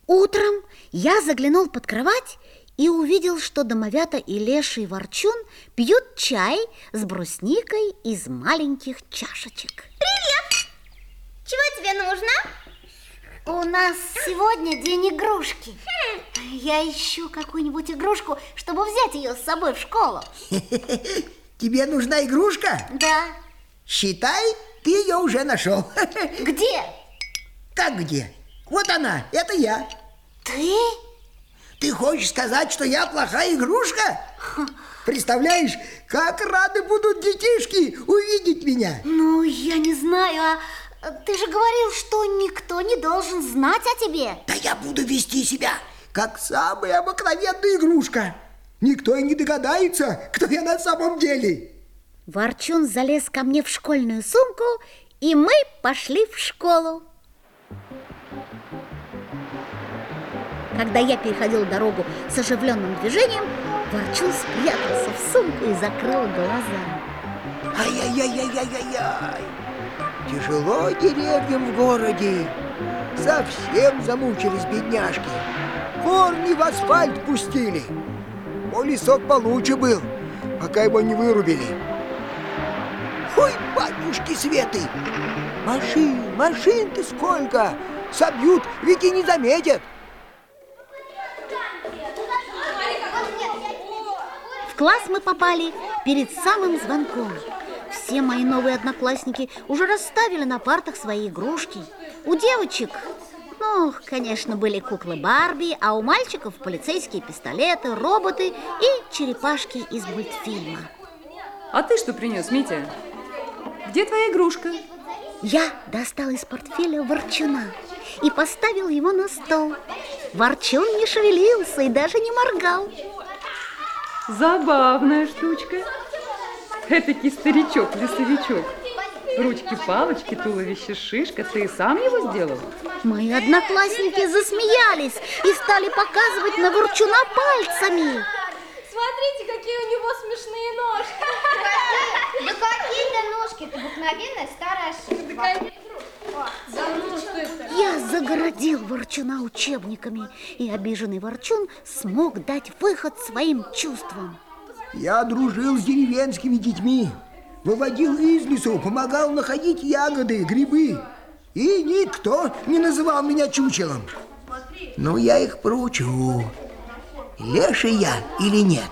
Утром я заглянул под кровать и увидел, что домовята и леший Ворчун пьют чай с брусникой из маленьких чашечек. Привет! Чего тебе нужно? У нас сегодня день игрушки. Я ищу какую-нибудь игрушку, чтобы взять ее с собой в школу. Тебе нужна игрушка? Да. Считай, ты ее уже нашел. Где? Как где? Вот она, это я. Ты? Ты хочешь сказать, что я плохая игрушка? Представляешь, как рады будут детишки увидеть меня? Ну, я не знаю, ты же говорил, что никто не должен знать о тебе. Да я буду вести себя, как самая обыкновенная игрушка. Никто и не догадается, кто я на самом деле. Ворчун залез ко мне в школьную сумку, и мы пошли в школу. Когда я переходил дорогу с оживленным движением, Ворчун спрятался в сумку и закрыл глаза. Ай-яй-яй-яй-яй-яй! Тяжело деревьям в городе. Совсем замучились бедняжки. Корни в асфальт пустили. О, лесок получше был, пока его не вырубили. Ой, батюшки Светы! Машин-то сколько! Собьют, ведь и не заметят. В класс мы попали перед самым звонком. Все мои новые одноклассники уже расставили на партах свои игрушки. У девочек, конечно, были куклы Барби, а у мальчиков полицейские пистолеты, роботы и черепашки из мультфильма. А ты что принес, Митя? Где твоя игрушка? Я достал из портфеля Ворчуна и поставил его на стол. Ворчун не шевелился и даже не моргал. Забавная штучка. Этакий старичок-лесовичок. Ручки-палочки, туловище шишка. Ты сам его сделал? Мои одноклассники засмеялись и стали показывать на Ворчуна пальцами. Смотрите, какие у него смешные ножки. Да какие-то ножки, это обыкновенная старая шишка. Я загородил Ворчуна учебниками, и обиженный Ворчун смог дать выход своим чувствам. Я дружил с деревенскими детьми, выводил из лесу, помогал находить ягоды, грибы. И никто не называл меня чучелом. Но я их проучу. Леший я или нет?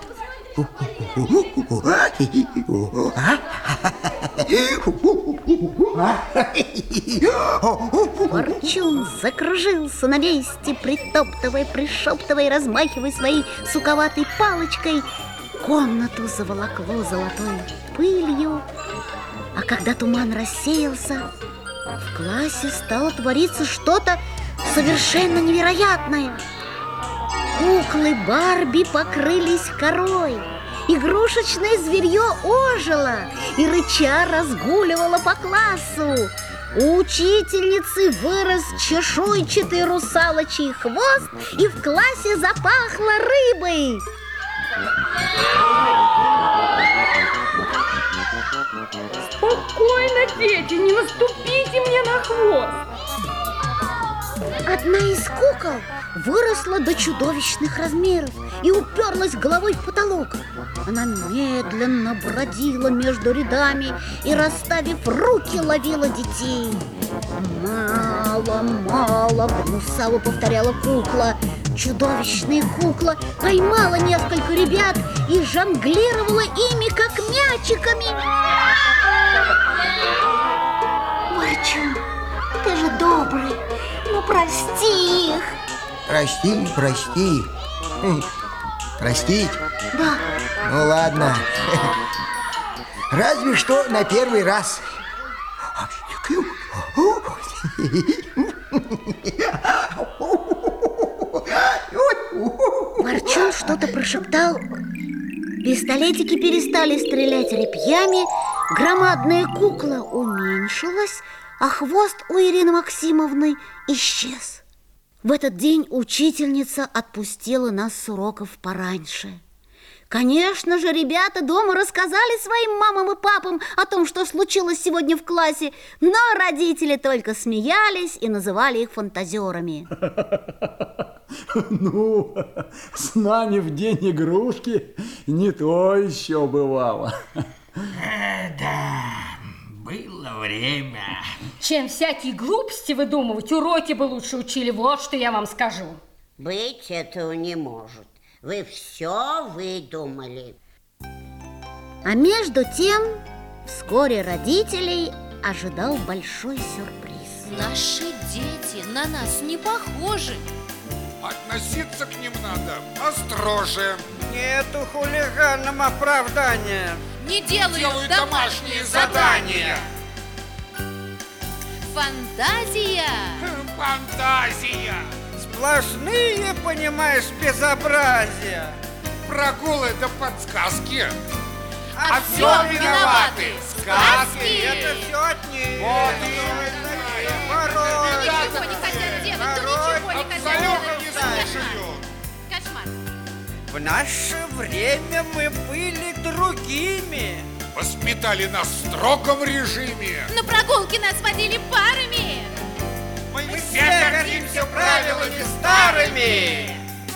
Ворчун закружился на месте, притоптывая, пришептывая, размахивая своей суковатой палочкой. Комнату заволокло золотой пылью. А когда туман рассеялся, в классе стало твориться что-то совершенно невероятное. Куклы Барби покрылись корой. Игрушечное зверье ожило и рыча разгуливало по классу. У учительницы вырос чешуйчатый русалочий хвост, и в классе запахло рыбой. Спокойно, дети, не наступите мне на хвост. Одна из кукол выросла до чудовищных размеров и уперлась головой в потолок. Она медленно бродила между рядами и, расставив руки, ловила детей. «Мало, мало!» — гнусаво повторяла кукла. Чудовищная кукла поймала несколько ребят и жонглировала ими, как мячиками. Ворчун, ты же добрый, прости их. Прости. Простить? Да. Ну ладно. Разве что на первый раз. Ворчун что-то прошептал. Пистолетики перестали стрелять репьями, громадная кукла уменьшилась, а хвост у Ирины Максимовны исчез. В этот день учительница отпустила нас с уроков пораньше. Конечно же, ребята дома рассказали своим мамам и папам о том, что случилось сегодня в классе, но родители только смеялись и называли их фантазерами. Ну, с нами в день игрушки не то еще бывало. Да, было время. Чем всякие глупости выдумывать, уроки бы лучше учили, вот что я вам скажу. Быть этого не может. Вы все выдумали. А между тем, вскоре родителей ожидал большой сюрприз. Наши дети на нас не похожи. Относиться к ним надо остроже. Нету хулиганам оправдания. Не делают домашние задания. Фантазия. Фантазия. Сплошные, понимаешь, безобразия. Прогулы да подсказки. А все виноваты сказки. Это все от них. Вот Ничего не хотят делать, ничего не хотят абсолютно не делать. слушают. Кошмар. В наше время мы были другими. Воспитали нас в строгом режиме. На прогулки нас водили парами. Мы все гордимся правилами старыми.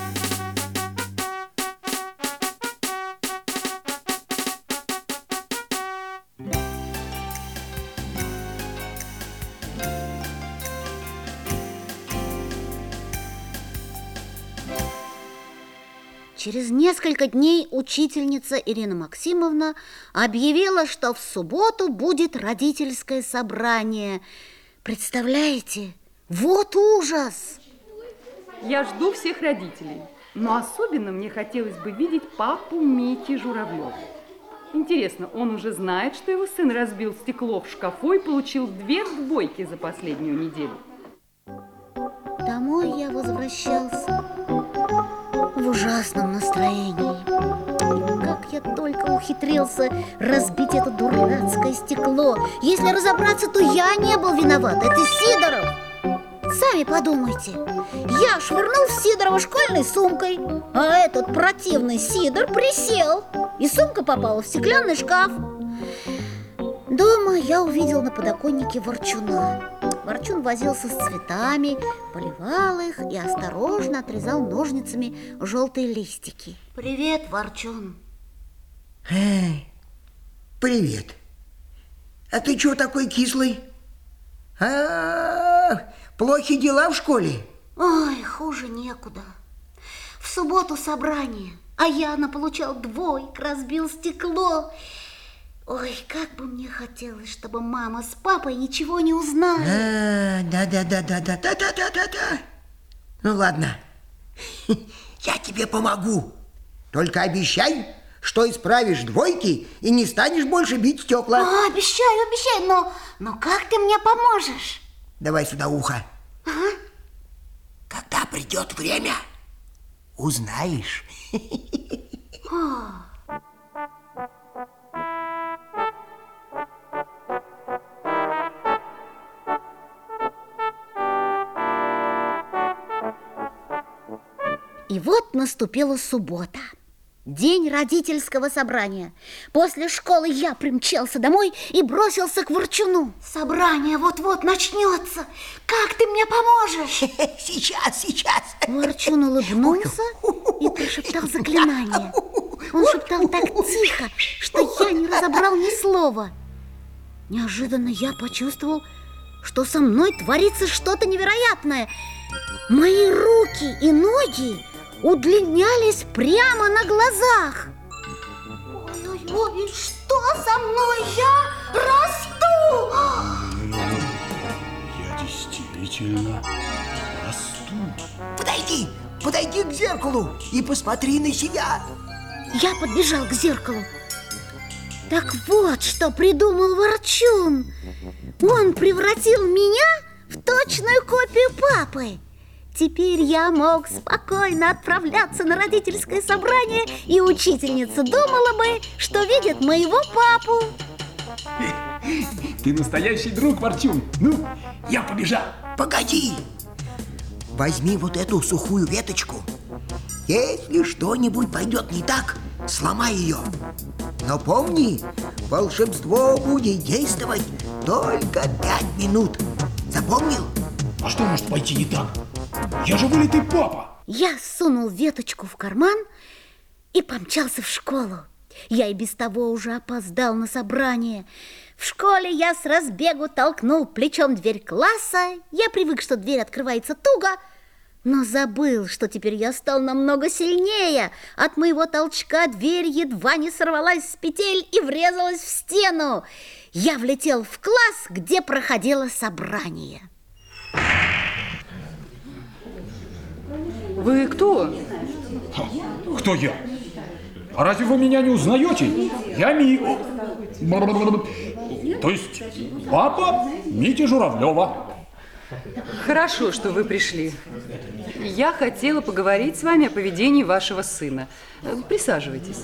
Через несколько дней учительница Ирина Максимовна объявила, что в субботу будет родительское собрание. Представляете? Вот ужас! Я жду всех родителей, но особенно мне хотелось бы видеть папу Мити Журавлева. Интересно, он уже знает, что его сын разбил стекло в шкафу и получил 2 двойки за последнюю неделю? Домой я возвращался в ужасном настроении. Как я только ухитрился разбить это дурацкое стекло. Если разобраться, то я не был виноват, это Сидоров. Сами подумайте, я швырнул в Сидорова школьной сумкой, а этот противный Сидор присел, и сумка попала в стеклянный шкаф. Дома я увидел на подоконнике Ворчуна. Ворчун возился с цветами, поливал их и осторожно отрезал ножницами желтые листики. Привет, Ворчун. Привет. А ты чего такой кислый? Плохи дела в школе? Ой, хуже некуда. В субботу собрание, а я наполучал двоек, разбил стекло. Ой, как бы мне хотелось, чтобы мама с папой ничего не узнали. Да. Ну ладно, я тебе помогу. Только обещай, что исправишь двойки и не станешь больше бить стекла. Обещаю, но как ты мне поможешь? Давай сюда ухо. Ага. Когда придет время, узнаешь. И вот наступила суббота, день родительского собрания. После школы я примчался домой и бросился к Ворчуну. Собрание вот-вот начнется. Как ты мне поможешь? Сейчас. Ворчун улыбнулся и прошептал заклинание. Он шептал так тихо, что я не разобрал ни слова. Неожиданно я почувствовал, что со мной творится что-то невероятное. Мои руки и ноги удлинялись прямо на глазах. Ой, что со мной? Я расту! Я действительно расту. Подойди к зеркалу и посмотри на себя. Я подбежал к зеркалу. Так вот, что придумал Ворчун. Он превратил меня в точную копию папы. Теперь я мог спокойно отправляться на родительское собрание, и учительница думала бы, что видит моего папу. Ты настоящий друг, Ворчун. Ну, я побежал. Погоди. Возьми вот эту сухую веточку. Если что-нибудь пойдет не так, сломай ее. Но помни, волшебство будет действовать только 5 минут. Запомнил? А что может пойти не так? Я же вылитый папа. Я сунул веточку в карман и помчался в школу. Я и без того уже опоздал на собрание. В школе я с разбегу толкнул плечом дверь класса. Я привык, что дверь открывается туго, но забыл, что теперь я стал намного сильнее. От моего толчка дверь едва не сорвалась с петель и врезалась в стену. Я влетел в класс, где проходило собрание. Вы кто? Кто я? А разве вы меня не узнаете? Я То есть папа Мити Журавлева. Хорошо, что вы пришли. Я хотела поговорить с вами о поведении вашего сына. Присаживайтесь.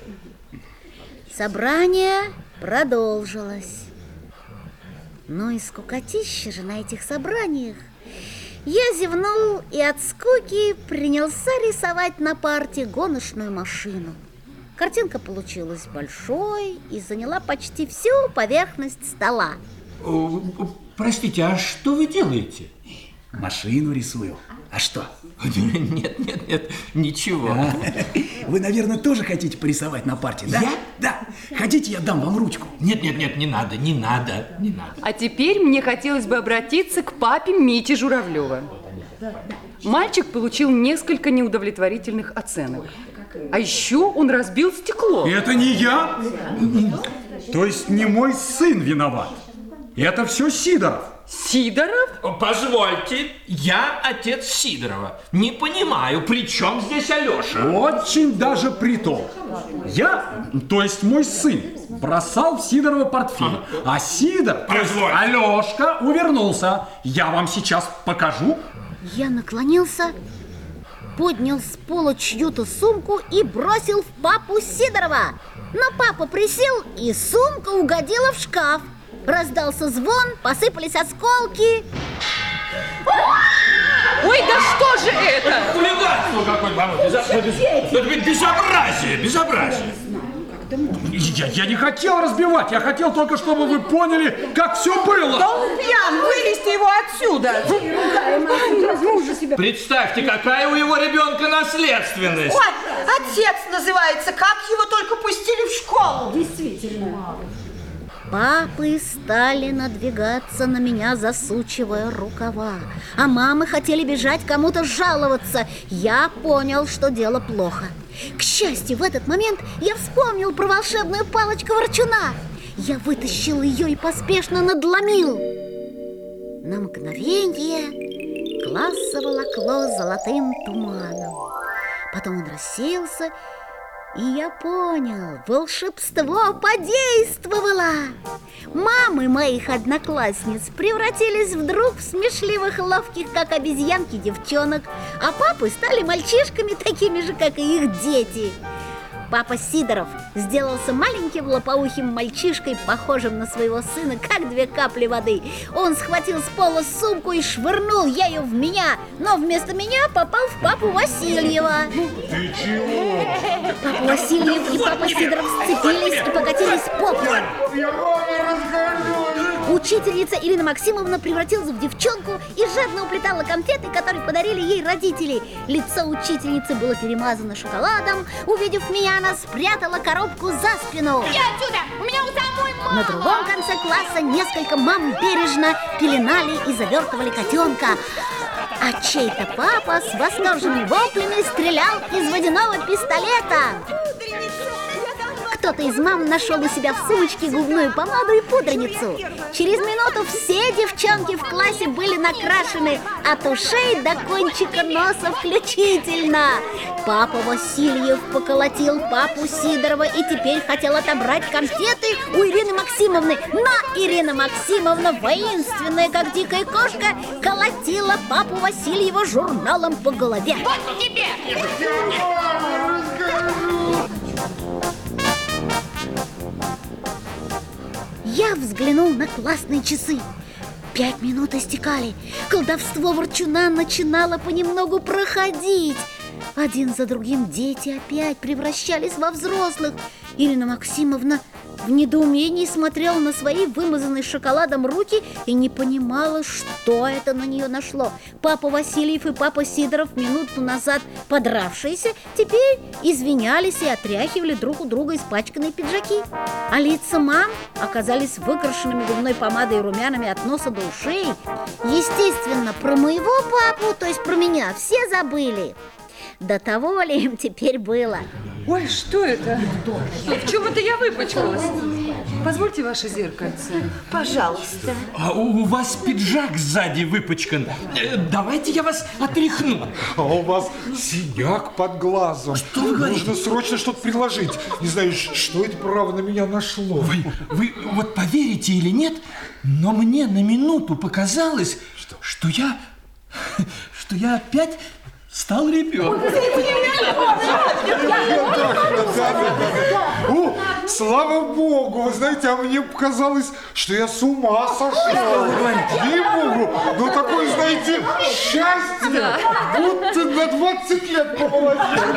Собрание продолжилось. Ну и скукотища же на этих собраниях. Я зевнул и от скуки принялся рисовать на парте гоночную машину. Картинка получилась большой и заняла почти всю поверхность стола. Простите, а что вы делаете? Машину рисую. А что? Нет, ничего. Вы, наверное, тоже хотите порисовать на парте, да? Я? Да. Хотите, я дам вам ручку? Нет, не надо. А теперь мне хотелось бы обратиться к папе Мити Журавлева. Мальчик получил несколько неудовлетворительных оценок. А еще он разбил стекло. Это не я? То есть не мой сын виноват? Это все Сидоров? Сидоров? Позвольте, я отец Сидорова. Не понимаю, при чем здесь Алеша? Очень даже при том. Я, то есть мой сын, бросал в Сидорова портфель, а Сидор, то есть Алешка, увернулся. Я вам сейчас покажу. Я наклонился, поднял с пола чью-то сумку и бросил в папу Сидорова. Но папа присел, и сумка угодила в шкаф. Раздался звон, посыпались осколки. Ой, да что же это? Хулиганство какое-то! Безобразие! Я не хотел разбивать, я хотел только, чтобы вы поняли, как все было. Да он пьян, вывести его отсюда. Представьте, какая у его ребенка наследственность. Вот, отец называется, как его только пустили в школу. Действительно. Папы стали надвигаться на меня, засучивая рукава. А мамы хотели бежать кому-то жаловаться. Я понял, что дело плохо. К счастью, в этот момент я вспомнил про волшебную палочку-ворчуна. Я вытащил ее и поспешно надломил. На мгновение класс заволокло золотым туманом. Потом он рассеялся, и я понял, волшебство подействовало. Мамы моих одноклассниц превратились вдруг в смешливых, ловких, как обезьянки, девчонок, а папы стали мальчишками, такими же, как и их дети. Папа Сидоров сделался маленьким лопоухим мальчишкой, похожим на своего сына, как две капли воды. Он схватил с пола сумку и швырнул ею в меня, но вместо меня попал в папу Васильева. Ты чего? Папа Васильев и папа Сидоров сцепились и покатились по полу. Учительница Ирина Максимовна превратилась в девчонку и жадно уплетала конфеты, которые подарили ей родители. Лицо учительницы было перемазано шоколадом. Увидев меня, она спрятала коробку за спину. Я отсюда! У меня у самой мама! На другом конце класса несколько мам бережно пеленали и завертывали котенка. А чей-то папа с восторженными воплями стрелял из водяного пистолета. Кто-то из мам нашел у себя в сумочке губную помаду и пудреницу. Через минуту все девчонки в классе были накрашены от ушей до кончика носа включительно. Папа Васильев поколотил папу Сидорова и теперь хотел отобрать конфеты у Ирины Максимовны. Но Ирина Максимовна, воинственная, как дикая кошка, колотила папу Васильева журналом по голове. Вот тебе! Я взглянул на классные часы. 5 минут истекали. Колдовство ворчуна начинало понемногу проходить. Один за другим дети опять превращались во взрослых. Ирина Максимовна в недоумении смотрела на свои вымазанные шоколадом руки и не понимала, что это на нее нашло. Папа Васильев и папа Сидоров, минуту назад подравшиеся, теперь извинялись и отряхивали друг у друга испачканные пиджаки. А лица мам оказались выкрашенными губной помадой и румянами от носа до ушей. Естественно, про моего папу, то есть про меня, все забыли. До того ли им теперь было? Ой, что это? В чем это я выпачкалась? Позвольте ваше зеркальце. Пожалуйста. А у вас пиджак сзади выпачкан. Давайте я вас отряхну. А у вас синяк под глазом. Что вы говорите? Нужно срочно что-то предложить. Не знаю, что это право на меня нашло. Вы вот поверите или нет, но мне на минуту показалось, что я опять стал ребенком. О, слава богу! Вы знаете, а мне показалось, что я с ума сошел. Ей-богу! Ну такое, знаете, счастье! Будто на 20 лет помолодел.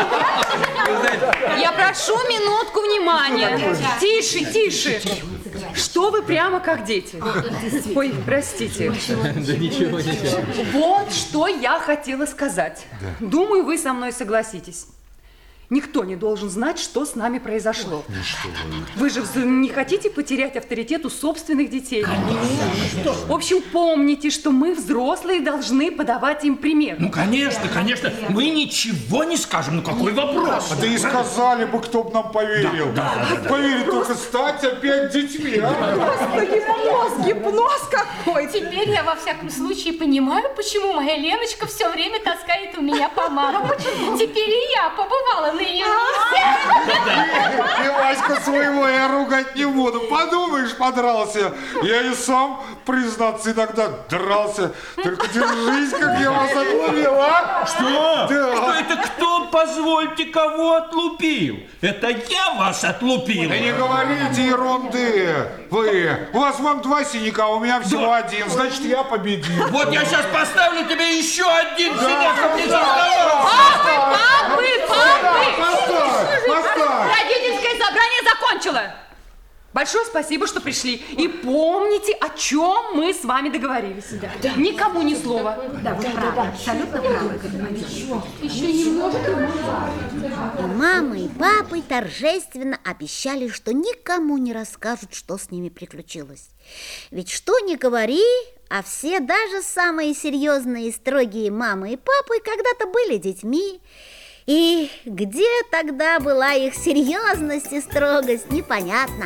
Я прошу минутку внимания. Тише, тише. Что вы прямо как дети? Ой, простите. Да ничего. Вот что я хотела сказать. Думаю, вы со мной согласитесь. Никто не должен знать, что с нами произошло. Вы же не хотите потерять авторитет у собственных детей? Конечно. В общем, помните, что мы, взрослые, должны подавать им пример. Ну, конечно. Мы ничего не скажем. Ну, какой вопрос? Да и сказали бы, кто бы нам поверил. Поверить только стать опять детьми, а? Господи, гипноз какой! Теперь я во всяком случае понимаю, почему моя Леночка все время таскает у меня помаду. Теперь и я побывала на ее месте. И Ваську своего я ругать не буду. Подумаешь, подрался. Я и сам, признаться, иногда дрался. Только держись, как я вас отловил, а? Что? Да. Что это кто, позвольте, кого отлупил? Это я вас отлупил. Да не говорите ерунды. У вас вон 2 синяка, а у меня всего 1. Значит, я победил. Вот я сейчас поставлю тебе еще один синяк. Поставь! Родительское собрание закончило. Большое спасибо, что пришли. И помните, о чем мы с вами договорились. Да. Никому ни слова. Да, вы правы, абсолютно правы. Еще немного. Мама и папа торжественно обещали, что никому не расскажут, что с ними приключилось. Ведь что ни говори, а все, даже самые серьезные и строгие мамы и папы, когда-то были детьми. И где тогда была их серьезность и строгость, непонятно.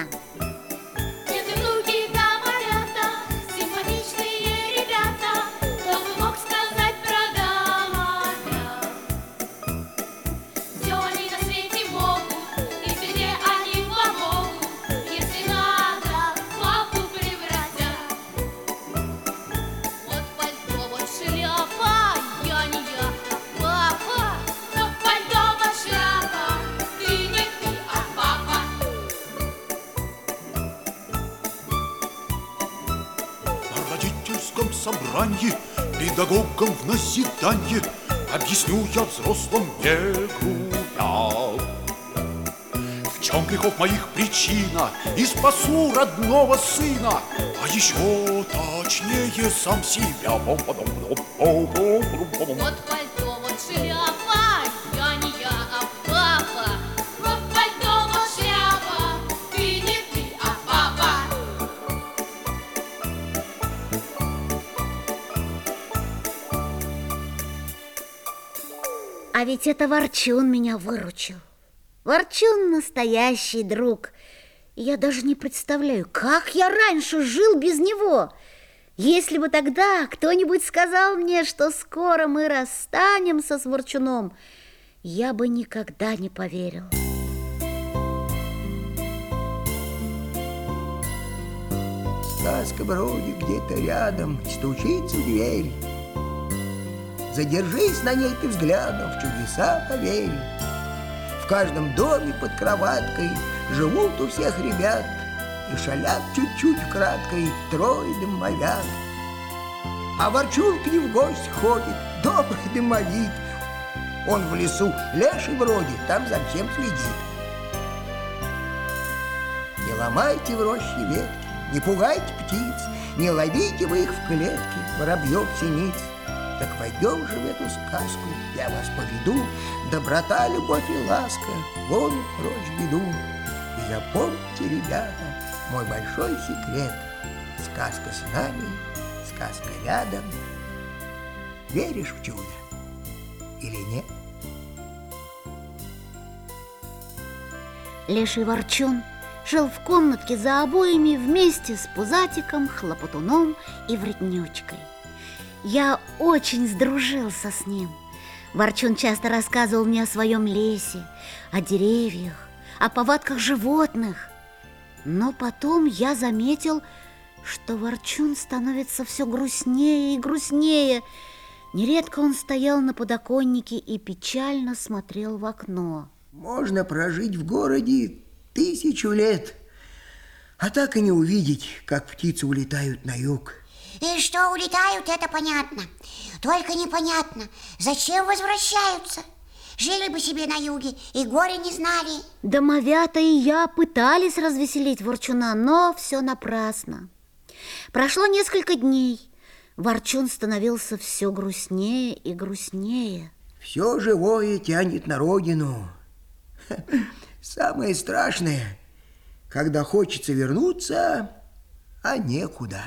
Собрании, педагогам в назидание объясню я взрослым не грубя. В чем грехов моих причина, и спасу родного сына, а еще точнее сам себя. Вот пальто, вот шляпа, я не я, а папа. Вот пальто, вот шляпа, ты не ты, а папа. А ведь это Ворчун меня выручил. Ворчун настоящий друг. Я даже не представляю, как я раньше жил без него. Если бы тогда кто-нибудь сказал мне, что скоро мы расстанемся с Ворчуном, я бы никогда не поверил. Сказка бродит где-то рядом, стучится в дверь. Задержись на ней ты взглядом, в чудеса поверь. В каждом доме под кроваткой живут у всех ребят, и шалят чуть-чуть украдкой 3 домовят. А Ворчун к ним в гости ходит, добрый домовит. Он в лесу леший вроде, там за всем следит. И ломайте в роще ветки, не пугайте птиц, не ловите вы их в клетке, воробьев, синиц. Так войдем же в эту сказку, я вас поведу, доброта, любовь и ласка, вон прочь беду. И запомните, ребята, мой большой секрет: сказка с нами, сказка рядом. Веришь в чудо или нет? Леший Ворчун жил в комнатке за обоями вместе с Пузатиком, Хлопотуном и Вреднючкой. Я очень сдружился с ним. Ворчун часто рассказывал мне о своем лесе, о деревьях, о повадках животных. Но потом я заметил, что Ворчун становится все грустнее и грустнее. Нередко он стоял на подоконнике и печально смотрел в окно. Можно прожить в городе 1000 лет, а так и не увидеть, как птицы улетают на юг. И что улетают, это понятно. Только непонятно, зачем возвращаются. Жили бы себе на юге и горя не знали. Домовята и я пытались развеселить Ворчуна, но все напрасно. Прошло несколько дней. Ворчун становился все грустнее и грустнее. Все живое тянет на родину. Самое страшное, когда хочется вернуться, а некуда.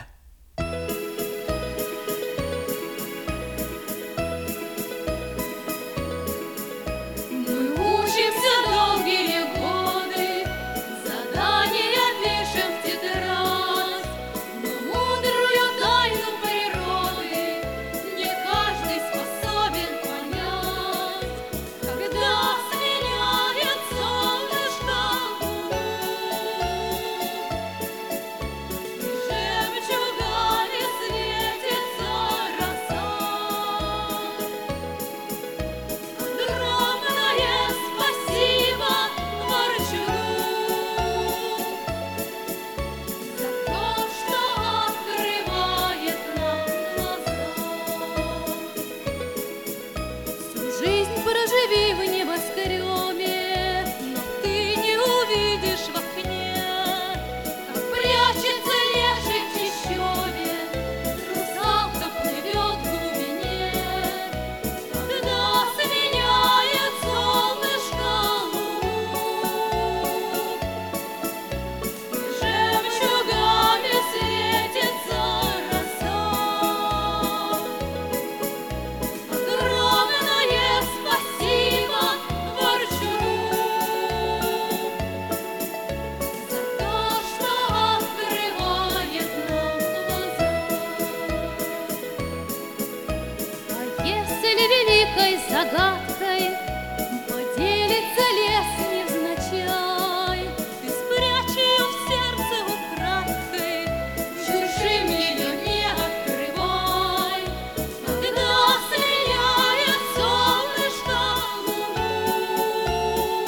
Загадкой поделится лес невзначай. Ты спрячь ее в сердце украдкой, чужим ее не открывай. Когда сменяет солнышко луну,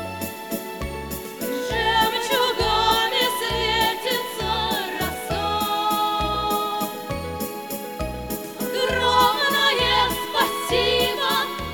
жемчугами светится роса. Огромное спасибо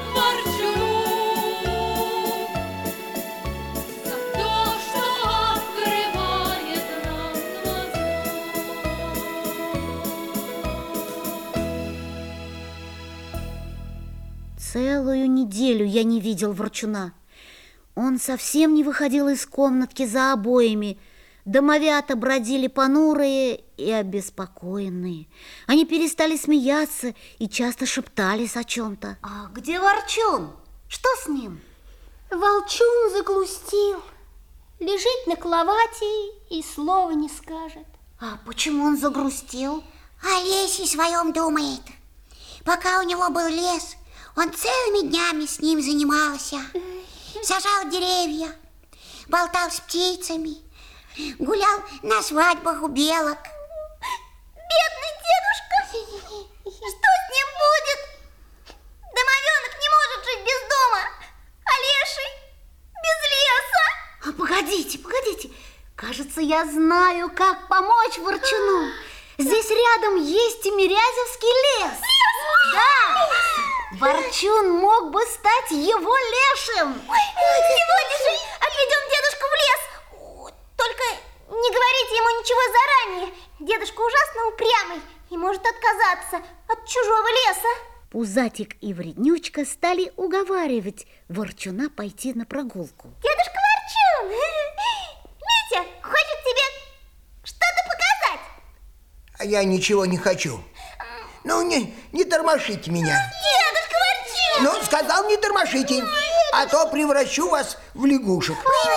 Целую неделю я не видел Ворчуна. Он совсем не выходил из комнатки за обоями. Домовята бродили понурые и обеспокоенные. Они перестали смеяться и часто шептались о чем-то. А где Ворчун? Что с ним? Волчун загрустил. Лежит на кровати и слова не скажет. А почему он загрустил? О лесе своем думает. Пока у него был лес, он целыми днями с ним занимался. Сажал деревья, болтал с птицами, гулял на свадьбах у белок. Бедный дедушка! Что с ним будет? Домовенок не может жить без дома, а леший без леса. А погодите. Кажется, я знаю, как помочь Ворчуну. Здесь рядом есть Тимирязевский лес. Да! Ворчун мог бы стать его лешим. Сегодня же отведем дедушку в лес. Только Не говорите ему ничего заранее. Дедушка ужасно упрямый и может отказаться от чужого леса. Пузатик и Вреднючка стали уговаривать Ворчуна пойти на прогулку. Дедушка Ворчун, Митя хочет тебе что-то показать. А я ничего не хочу. Ну, не тормошите меня. Дедушка Ворчун! Ну, сказал, не тормошите, а то превращу вас в лягушек.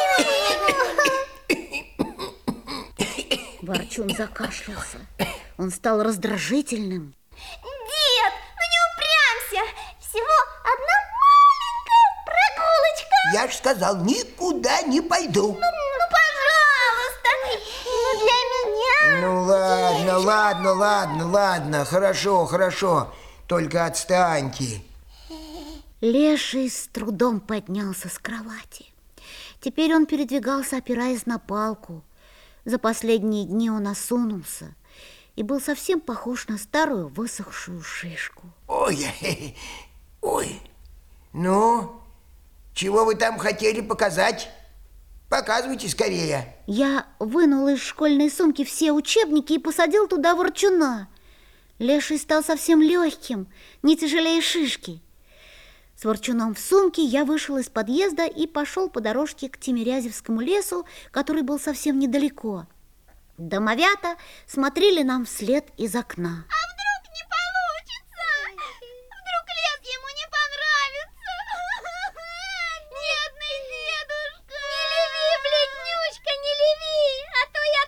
Ворчун закашлялся. Он стал раздражительным. Дед, ну не упрямься. Всего одна маленькая прогулочка. Я ж сказал, никуда не пойду. Ну, пожалуйста, ну для меня. Ну, ладно, хорошо. Только отстаньте. Леший с трудом поднялся с кровати. Теперь он передвигался, опираясь на палку. За последние дни он осунулся и был совсем похож на старую высохшую шишку. Ой, ну, чего вы там хотели показать? Показывайте скорее. Я вынул из школьной сумки все учебники и посадил туда Ворчуна. Леший стал совсем легким, не тяжелее шишки. С Ворчуном в сумке я вышел из подъезда и пошел по дорожке к Тимирязевскому лесу, который был совсем недалеко. Домовята смотрели нам вслед из окна. А вдруг не получится? Вдруг лес ему не понравится? Бедный дедушка! Не реви, Бледнючка, не реви, а то я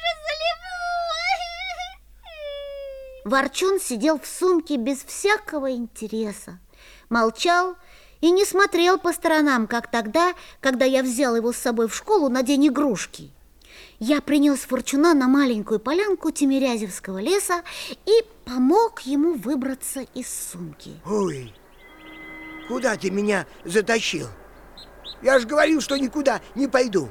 тоже залеву. Ворчун сидел в сумке без всякого интереса, молчал и не смотрел по сторонам, как тогда, когда я взял его с собой в школу на день игрушки. Я принес Ворчуна на маленькую полянку Тимирязевского леса и помог ему выбраться из сумки. Ой, куда ты меня затащил? Я же говорил, что никуда не пойду.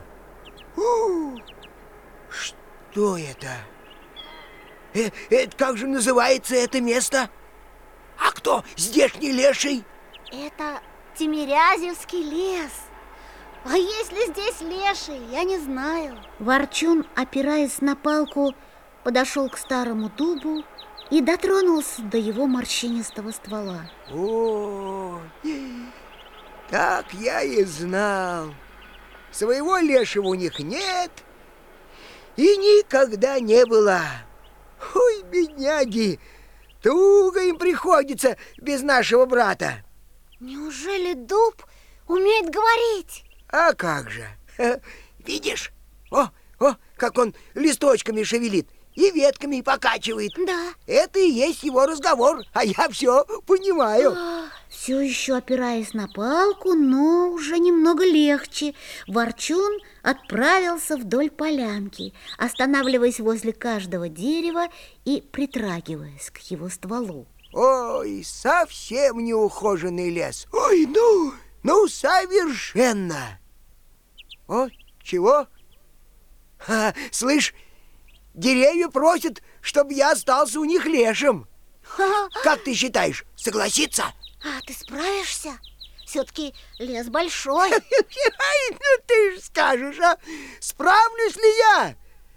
Что это? Это как же называется это место? А кто здешний леший? Это Тимирязевский лес. А если здесь леший, я не знаю. Ворчун, опираясь на палку, подошел к старому дубу и дотронулся до его морщинистого ствола. О, так я и знал. Своего лешего у них нет и никогда не было. Ой, бедняги, туго им приходится без нашего брата. Неужели дуб умеет говорить? А как же? Видишь? О, как он листочками шевелит и ветками покачивает. Да. Это и есть его разговор, а я все понимаю. Все еще опираясь на палку, но уже немного легче, Ворчун отправился вдоль полянки, останавливаясь возле каждого дерева и притрагиваясь к его стволу. Ой, совсем неухоженный лес. Ой, ну, совершенно. О, чего? Слышь, деревья просят, чтобы я остался у них лешим. Как ты считаешь, согласится? А ты справишься? Все-таки лес большой. Ну ты же скажешь, а? Справлюсь ли я?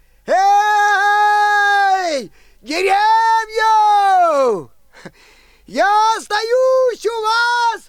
Эй, деревья! Я остаюсь у вас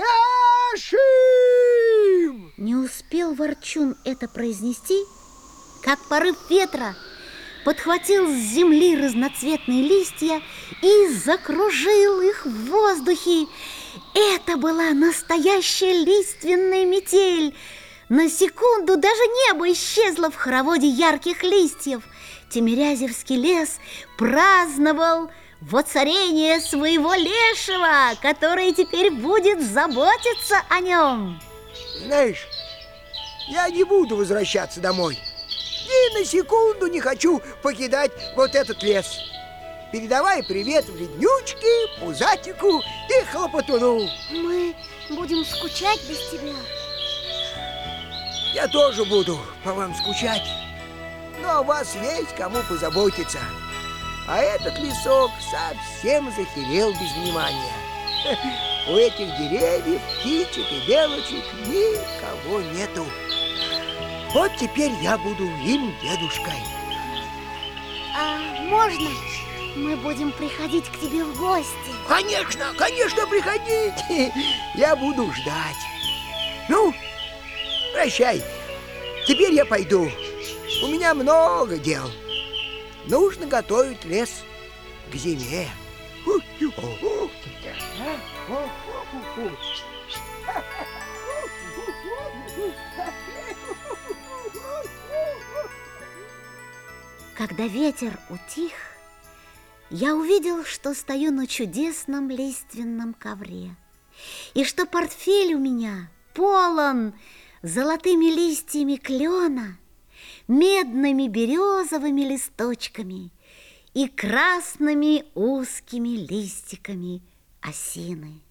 лешим! Не успел Ворчун это произнести, как порыв ветра подхватил с земли разноцветные листья и закружил их в воздухе. Это была настоящая лиственная метель. На секунду даже небо исчезло в хороводе ярких листьев. Тимирязевский лес праздновал воцарение своего лешего, который теперь будет заботиться о нем. Знаешь, я не буду возвращаться домой. Ни на секунду не хочу покидать вот этот лес. Передавай привет Вреднючке, Пузатику и Хлопотуну. Мы будем скучать без тебя. Я тоже буду по вам скучать. Но о вас есть кому позаботиться. А этот лесок совсем захерел без внимания. У этих деревьев, птичек и белочек никого нету. Вот теперь я буду им дедушкой. А можно мы будем приходить к тебе в гости? Конечно, конечно, приходите. Я буду ждать. Ну, прощай. Теперь я пойду. У меня много дел. Нужно готовить лес к зиме. Когда ветер утих, я увидел, что стою на чудесном лиственном ковре, и что портфель у меня полон золотыми листьями клена, медными березовыми листочками и красными узкими листиками осины.